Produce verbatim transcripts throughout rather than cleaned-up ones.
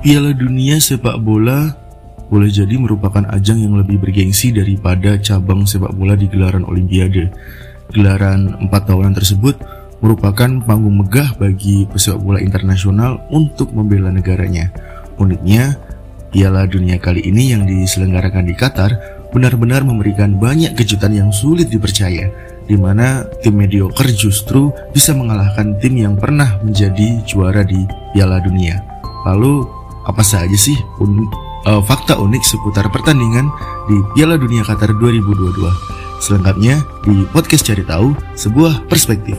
Piala Dunia sepak bola boleh jadi merupakan ajang yang lebih bergengsi daripada cabang sepak bola di gelaran Olimpiade. Gelaran empat tahunan tersebut merupakan panggung megah bagi pesepak bola internasional untuk membela negaranya. Uniknya, Piala Dunia kali ini yang diselenggarakan di Qatar benar-benar memberikan banyak kejutan yang sulit dipercaya, di mana tim mediocre justru bisa mengalahkan tim yang pernah menjadi juara di Piala Dunia. Lalu, apa saja sih un- uh, fakta unik seputar pertandingan di Piala Dunia Qatar dua ribu dua puluh dua? Selengkapnya di podcast Cari Tahu, sebuah perspektif.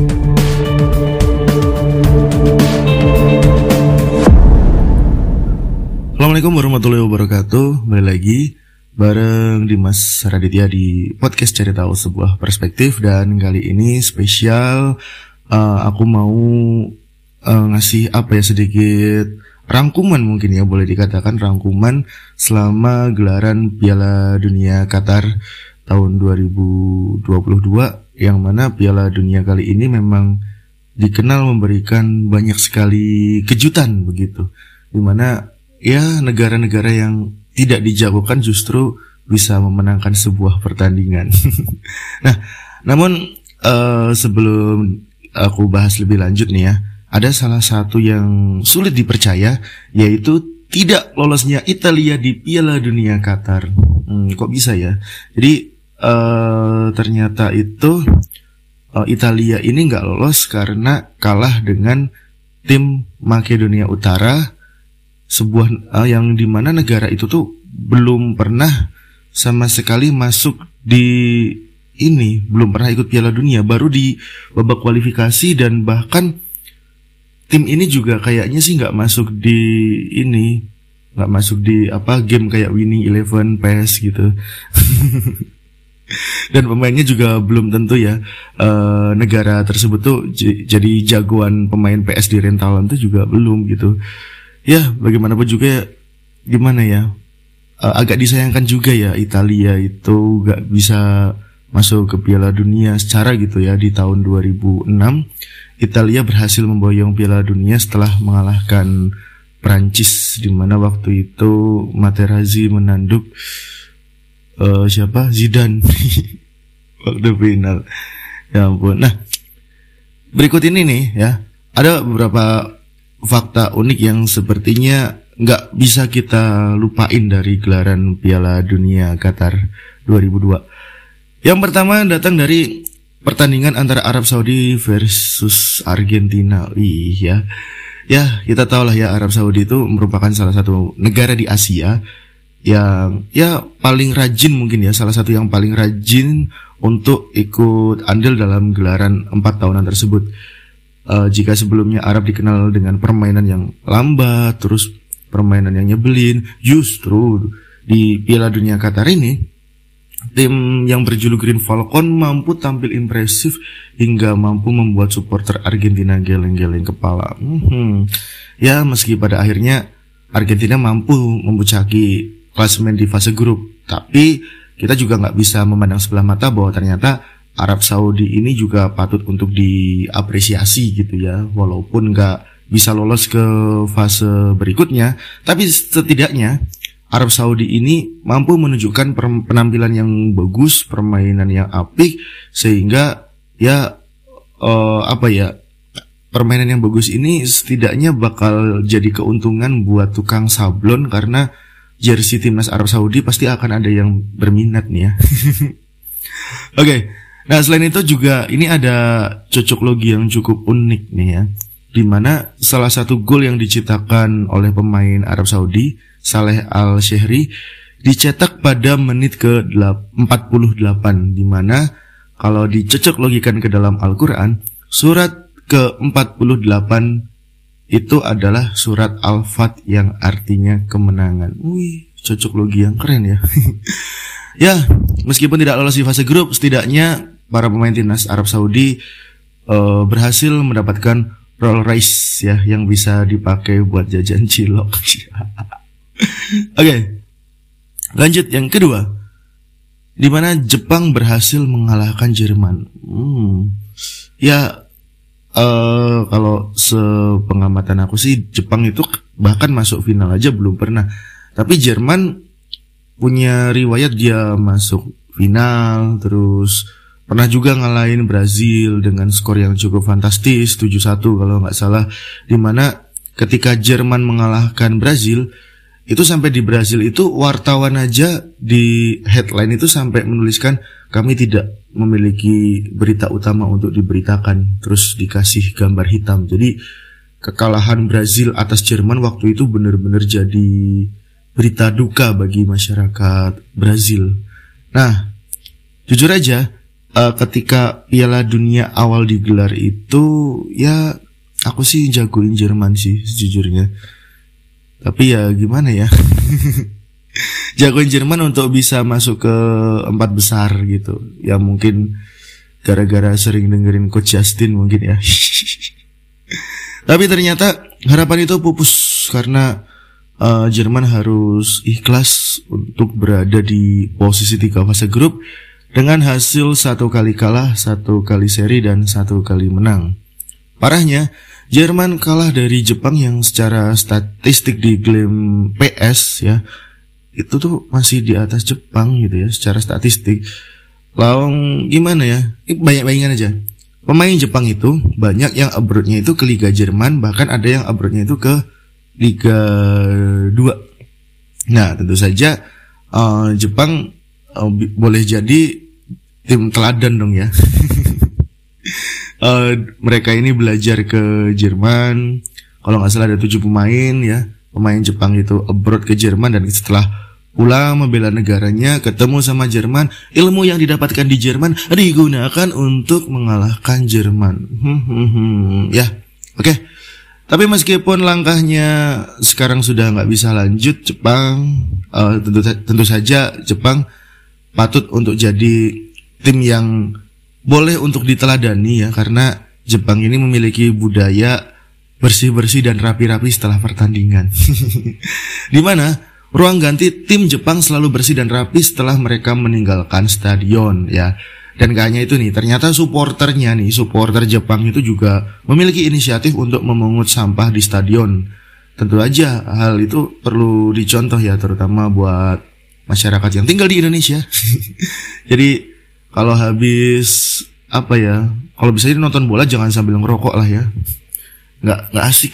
Assalamualaikum warahmatullahi wabarakatuh. Kembali lagi bareng Dimas Raditya di podcast Cari Tahu, sebuah perspektif. Dan kali ini spesial, uh, aku mau uh, ngasih apa ya sedikit rangkuman, mungkin ya boleh dikatakan rangkuman selama gelaran Piala Dunia Qatar tahun dua ribu dua puluh dua, yang mana Piala Dunia kali ini memang dikenal memberikan banyak sekali kejutan begitu, dimana ya negara-negara yang tidak dijagokan justru bisa memenangkan sebuah pertandingan. Nah, namun uh, sebelum aku bahas lebih lanjut nih ya, ada salah satu yang sulit dipercaya, yaitu tidak lolosnya Italia di Piala Dunia Qatar. Hmm, kok bisa ya? Jadi uh, ternyata itu uh, Italia ini nggak lolos karena kalah dengan tim Makedonia Utara, sebuah uh, yang dimana negara itu tuh belum pernah sama sekali masuk di ini, belum pernah ikut Piala Dunia, baru di babak kualifikasi, dan bahkan tim ini juga kayaknya sih nggak masuk di ini, nggak masuk di apa game kayak Winning Eleven, P E S gitu. Dan pemainnya juga belum tentu ya uh, negara tersebut tuh j- jadi jagoan pemain P S di rentalan tuh juga belum gitu. Ya bagaimanapun juga gimana ya, uh, agak disayangkan juga ya Italia itu nggak bisa masuk ke Piala Dunia secara gitu ya. Di tahun dua ribu enam Italia berhasil memboyong Piala Dunia setelah mengalahkan Prancis, di mana waktu itu Materazzi menanduk uh, siapa Zidane waktu final. Ya ampun. Nah, berikut ini nih ya, ada beberapa fakta unik yang sepertinya nggak bisa kita lupain dari gelaran Piala Dunia Qatar dua ribu dua. Yang pertama datang dari pertandingan antara Arab Saudi versus Argentina. Wih ya. Ya, kita tahu lah ya, Arab Saudi itu merupakan salah satu negara di Asia yang ya paling rajin mungkin ya, salah satu yang paling rajin untuk ikut andil dalam gelaran empat tahunan tersebut. Uh, jika sebelumnya Arab dikenal dengan permainan yang lambat, terus permainan yang nyebelin, justru di Piala Dunia Qatar ini tim yang berjuluk Green Falcon mampu tampil impresif hingga mampu membuat supporter Argentina geleng-geleng kepala. Hmm. Ya, meski pada akhirnya Argentina mampu membucaki klasemen di fase grup, tapi kita juga nggak bisa memandang sebelah mata bahwa ternyata Arab Saudi ini juga patut untuk diapresiasi gitu ya, walaupun nggak bisa lolos ke fase berikutnya, tapi setidaknya Arab Saudi ini mampu menunjukkan penampilan yang bagus, permainan yang apik, sehingga ya uh, apa ya permainan yang bagus ini setidaknya bakal jadi keuntungan buat tukang sablon, karena jersey timnas Arab Saudi pasti akan ada yang berminat nih ya. Oke, okay. Nah selain itu juga ini ada cocok logi yang cukup unik nih ya, di mana salah satu gol yang diciptakan oleh pemain Arab Saudi, Saleh Al-Shehri, dicetak pada menit ke empat puluh delapan, di mana kalau dicocok logikan ke dalam Al-Quran, surat ke empat puluh delapan itu adalah surat Al-Fat yang artinya kemenangan. Wih, cocok logi yang keren ya. Ya, meskipun tidak lolos di fase grup, setidaknya para pemain timnas Arab Saudi uh, berhasil mendapatkan Rolls Royce ya, yang bisa dipakai buat jajan cilok. Oke, okay. Lanjut yang kedua, di mana Jepang berhasil mengalahkan Jerman. Hmm. Ya, uh, kalau sepengamatan aku sih Jepang itu bahkan masuk final aja belum pernah. Tapi Jerman punya riwayat dia masuk final, terus pernah juga ngalahin Brazil dengan skor yang cukup fantastis tujuh satu kalau nggak salah, dimana ketika Jerman mengalahkan Brazil itu sampai di Brazil itu wartawan aja di headline itu sampai menuliskan kami tidak memiliki berita utama untuk diberitakan, terus dikasih gambar hitam. Jadi kekalahan Brazil atas Jerman waktu itu benar-benar jadi berita duka bagi masyarakat Brazil. Nah, jujur aja uh, ketika Piala Dunia awal digelar itu ya aku sih jagoin Jerman sih sejujurnya. Tapi ya gimana ya, jagoin Jerman untuk bisa masuk ke empat besar gitu. Ya mungkin gara-gara sering dengerin Coach Justin mungkin ya. Tapi ternyata harapan itu pupus karena uh, Jerman harus ikhlas untuk berada di posisi tiga fase grup dengan hasil satu kali kalah, satu kali seri, dan satu kali menang. Parahnya, Jerman kalah dari Jepang yang secara statistik di game P S ya itu tuh masih di atas Jepang gitu ya secara statistik. Lawang gimana ya? Banyak-banyakan aja. Pemain Jepang itu banyak yang abroadnya itu ke Liga Jerman, bahkan ada yang abroadnya itu ke Liga dua. Nah, tentu saja uh, Jepang uh, bi- boleh jadi tim teladan dong ya. Uh, mereka ini belajar ke Jerman. Kalau nggak salah ada tujuh pemain ya, pemain Jepang itu abroad ke Jerman, dan setelah pulang membela negaranya, ketemu sama Jerman, ilmu yang didapatkan di Jerman digunakan untuk mengalahkan Jerman. Hmm, hmm, hmm. Ya, oke. Okay. Tapi meskipun langkahnya sekarang sudah nggak bisa lanjut, Jepang uh, tentu tentu saja Jepang patut untuk jadi tim yang boleh untuk diteladani ya, karena Jepang ini memiliki budaya bersih-bersih dan rapi-rapi setelah pertandingan. Di mana ruang ganti tim Jepang selalu bersih dan rapi setelah mereka meninggalkan stadion ya. Dan gak hanya itu nih, ternyata supporternya nih, supporter Jepang itu juga memiliki inisiatif untuk memungut sampah di stadion. Tentu aja hal itu perlu dicontoh ya, terutama buat masyarakat yang tinggal di Indonesia. Jadi kalau habis apa ya, kalau bisa nonton bola jangan sambil ngerokok lah ya, nggak nggak asik.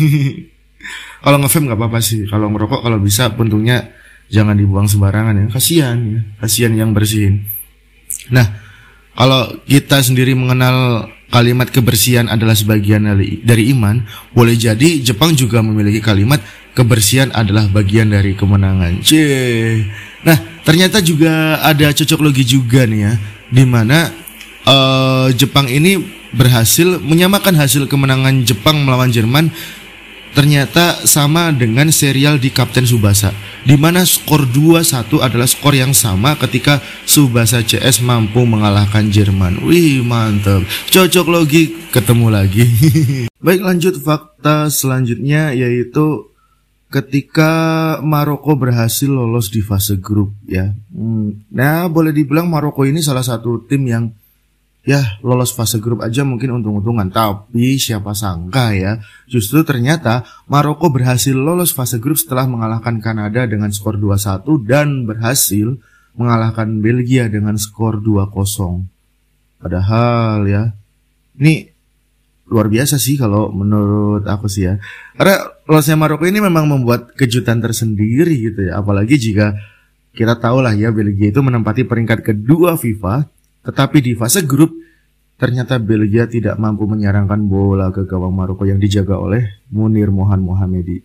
Kalau nge-vape nggak apa-apa sih, kalau ngerokok kalau bisa puntungnya jangan dibuang sembarangan ya, kasihan ya, kasihan yang bersihin. Nah, kalau kita sendiri mengenal kalimat kebersihan adalah sebagian dari, dari iman, boleh jadi Jepang juga memiliki kalimat kebersihan adalah bagian dari kemenangan. Cie. Nah, ternyata juga ada cocok logi juga nih ya, di mana uh, Jepang ini berhasil menyamakan hasil kemenangan Jepang melawan Jerman ternyata sama dengan serial di Kapten Tsubasa, di mana skor dua satu adalah skor yang sama ketika Tsubasa C S mampu mengalahkan Jerman. Wih, mantap. Cocok logi ketemu lagi. Baik, lanjut fakta selanjutnya yaitu ketika Maroko berhasil lolos di fase grup ya. Hmm, nah, boleh dibilang Maroko ini salah satu tim yang ya lolos fase grup aja mungkin untung-untungan. Tapi siapa sangka ya, justru ternyata Maroko berhasil lolos fase grup setelah mengalahkan Kanada dengan skor dua satu dan berhasil mengalahkan Belgia dengan skor dua kosong. Padahal ya, ini luar biasa sih kalau menurut aku sih ya. Karena lolosnya Maroko ini memang membuat kejutan tersendiri gitu ya. Apalagi jika kita tahu lah ya, Belgia itu menempati peringkat kedua FIFA, tetapi di fase grup ternyata Belgia tidak mampu menyarangkan bola ke gawang Maroko yang dijaga oleh Munir Mohan Mohamedi.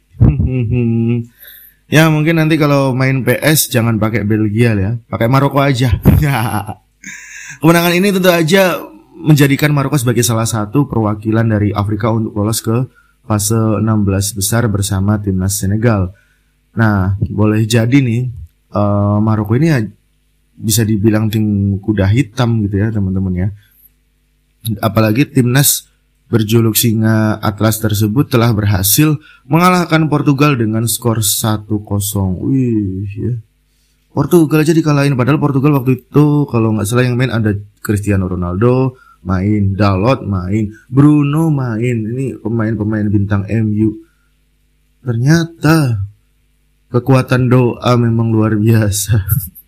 Ya mungkin nanti kalau main P S jangan pakai Belgia ya, pakai Maroko aja. Kemenangan ini tentu aja menjadikan Maroko sebagai salah satu perwakilan dari Afrika untuk lolos ke fase enam belas besar bersama timnas Senegal. Nah, boleh jadi nih uh, Maroko ini ya bisa dibilang tim kuda hitam gitu ya teman-teman ya. Apalagi timnas berjuluk singa Atlas tersebut telah berhasil mengalahkan Portugal dengan skor satu kosong. Wih ya. Portugal aja dikalahin, padahal Portugal waktu itu kalau nggak salah yang main ada Cristiano Ronaldo main, Dalot main, Bruno main. Ini pemain-pemain bintang M U. ternyata kekuatan doa memang luar biasa.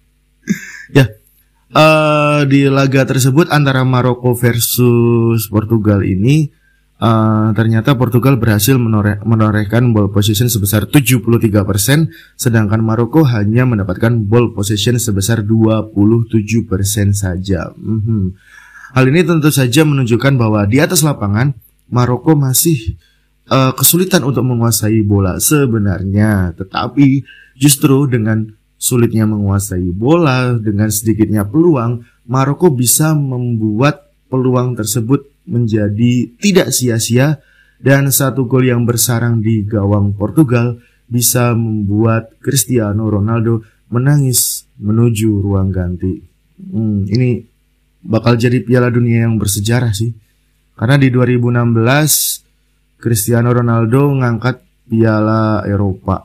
Ya, uh, di laga tersebut antara Maroko versus Portugal ini, uh, ternyata Portugal berhasil menore- menorehkan ball possession sebesar tujuh puluh tiga persen, sedangkan Maroko hanya mendapatkan ball possession sebesar dua puluh tujuh persen saja. Mm-hmm. Hal ini tentu saja menunjukkan bahwa di atas lapangan Maroko masih Uh, kesulitan untuk menguasai bola sebenarnya, tetapi justru dengan sulitnya menguasai bola, dengan sedikitnya peluang, Maroko bisa membuat peluang tersebut menjadi tidak sia-sia, dan satu gol yang bersarang di gawang Portugal bisa membuat Cristiano Ronaldo menangis menuju ruang ganti. Hmm, ini bakal jadi Piala Dunia yang bersejarah sih, karena di dua ribu enam belas Cristiano Ronaldo ngangkat Piala Eropa,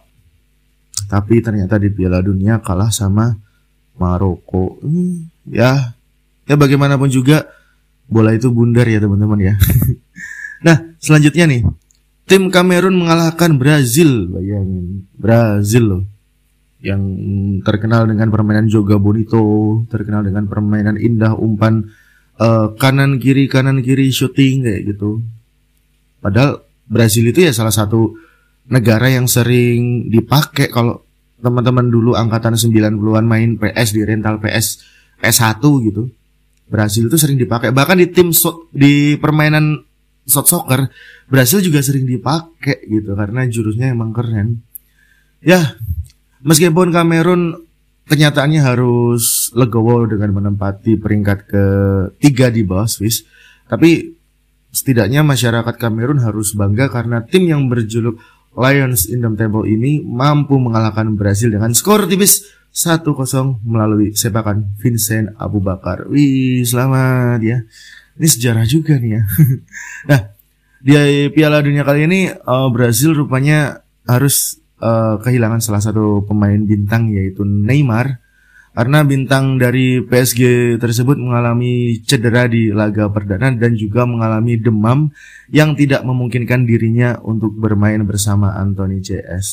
tapi ternyata di Piala Dunia kalah sama Maroko. Hmm, ya, ya bagaimanapun juga bola itu bundar ya teman-teman ya. Nah, selanjutnya nih, tim Kamerun mengalahkan Brazil. Bayangin, Brazil loh, yang terkenal dengan permainan Joga Bonito, terkenal dengan permainan indah, umpan uh, kanan kiri kanan kiri shooting kayak gitu. Padahal Brazil itu ya salah satu negara yang sering dipakai kalau teman-teman dulu angkatan sembilan puluhan main P S di rental P S P S satu gitu. Brazil itu sering dipakai, bahkan di tim so, di permainan shot soccer Brazil juga sering dipakai gitu karena jurusnya emang keren. Ya, meskipun Kamerun kenyataannya harus legowo dengan menempati peringkat ketiga di bawah Swiss, tapi setidaknya masyarakat Kamerun harus bangga karena tim yang berjuluk Lions Indomitable ini mampu mengalahkan Brazil dengan skor tipis satu kosong melalui sepakan Vincent Aboubakar. Wih, selamat ya. Ini sejarah juga nih ya. Nah, di Piala Dunia kali ini uh, Brazil rupanya harus uh, kehilangan salah satu pemain bintang, yaitu Neymar. Karena bintang dari P S G tersebut mengalami cedera di laga perdana dan juga mengalami demam yang tidak memungkinkan dirinya untuk bermain bersama Anthony C S.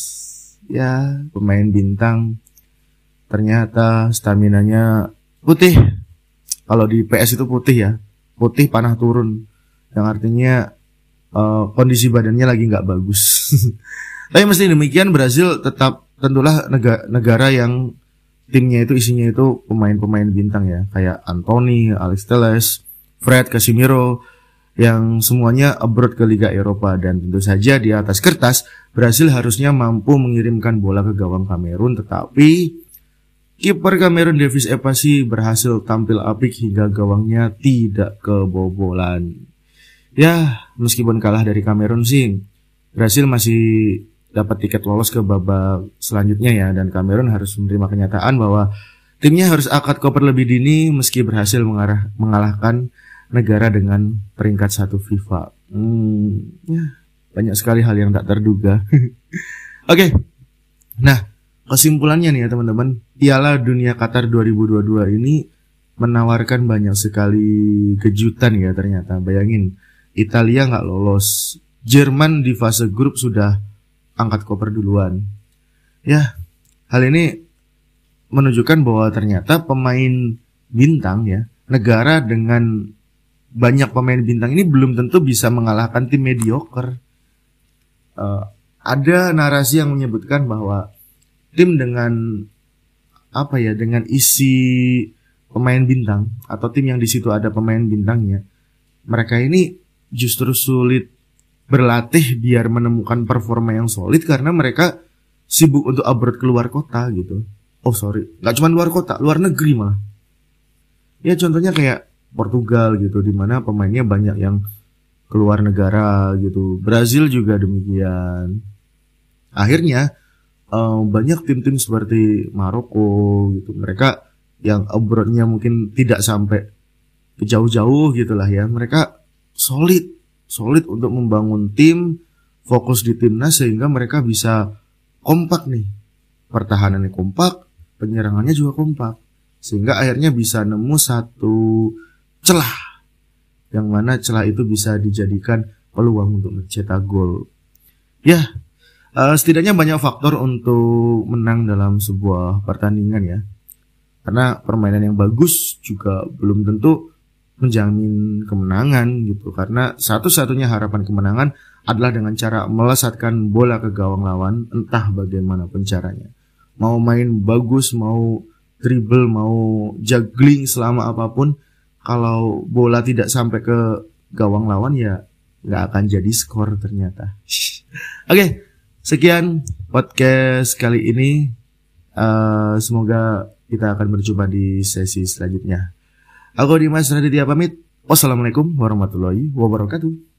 Ya, pemain bintang ternyata staminanya putih. Kalau di P S itu putih ya, putih panah turun, yang artinya uh, kondisi badannya lagi nggak bagus. Tapi meski demikian Brazil tetap tentulah negara, negara yang timnya itu isinya itu pemain-pemain bintang ya, kayak Anthony, Alex Telles, Fred, Casemiro, yang semuanya abroad ke Liga Eropa. Dan tentu saja di atas kertas Brazil harusnya mampu mengirimkan bola ke gawang Kamerun, tetapi kiper Kamerun Davis Epasi berhasil tampil apik hingga gawangnya tidak kebobolan. Ya, meskipun kalah dari Kamerun sih, Brazil masih dapat tiket lolos ke babak selanjutnya ya, dan Kamerun harus menerima kenyataan bahwa timnya harus akad koper lebih dini meski berhasil mengarah, mengalahkan negara dengan peringkat satu FIFA. Hmm, ya, banyak sekali hal yang tak terduga. Oke, okay. Nah kesimpulannya nih ya teman-teman, Piala Dunia Qatar dua ribu dua puluh dua ini menawarkan banyak sekali kejutan ya ternyata. Bayangin, Italia nggak lolos, Jerman di fase grup sudah angkat koper duluan. Ya, hal ini menunjukkan bahwa ternyata pemain bintang ya, negara dengan banyak pemain bintang ini belum tentu bisa mengalahkan tim mediocre. Uh, ada narasi yang menyebutkan bahwa tim dengan apa ya, dengan isi pemain bintang atau tim yang di situ ada pemain bintangnya, mereka ini justru sulit berlatih biar menemukan performa yang solid karena mereka sibuk untuk abroad keluar kota gitu. Oh sorry, nggak cuma luar kota, luar negeri malah. Ya contohnya kayak Portugal gitu, dimana pemainnya banyak yang keluar negara gitu. Brazil juga demikian. Akhirnya um, banyak tim-tim seperti Maroko gitu, mereka yang abroadnya mungkin tidak sampai ke jauh-jauh gitulah ya, mereka solid solid untuk membangun tim, fokus di timnas sehingga mereka bisa kompak nih. Pertahanannya kompak, penyerangannya juga kompak. Sehingga akhirnya bisa nemu satu celah, yang mana celah itu bisa dijadikan peluang untuk mencetak gol. Ya, Uh, setidaknya banyak faktor untuk menang dalam sebuah pertandingan ya. Karena permainan yang bagus juga belum tentu menjamin kemenangan gitu. Karena satu-satunya harapan kemenangan adalah dengan cara melesatkan bola ke gawang lawan, entah bagaimanapun caranya. Mau main bagus, mau dribble, mau juggling selama apapun, kalau bola tidak sampai ke gawang lawan ya nggak akan jadi skor ternyata. Oke, okay, sekian podcast kali ini. Uh, semoga kita akan berjumpa di sesi selanjutnya. Aku Dimas Raditya pamit. Wassalamualaikum warahmatullahi wabarakatuh.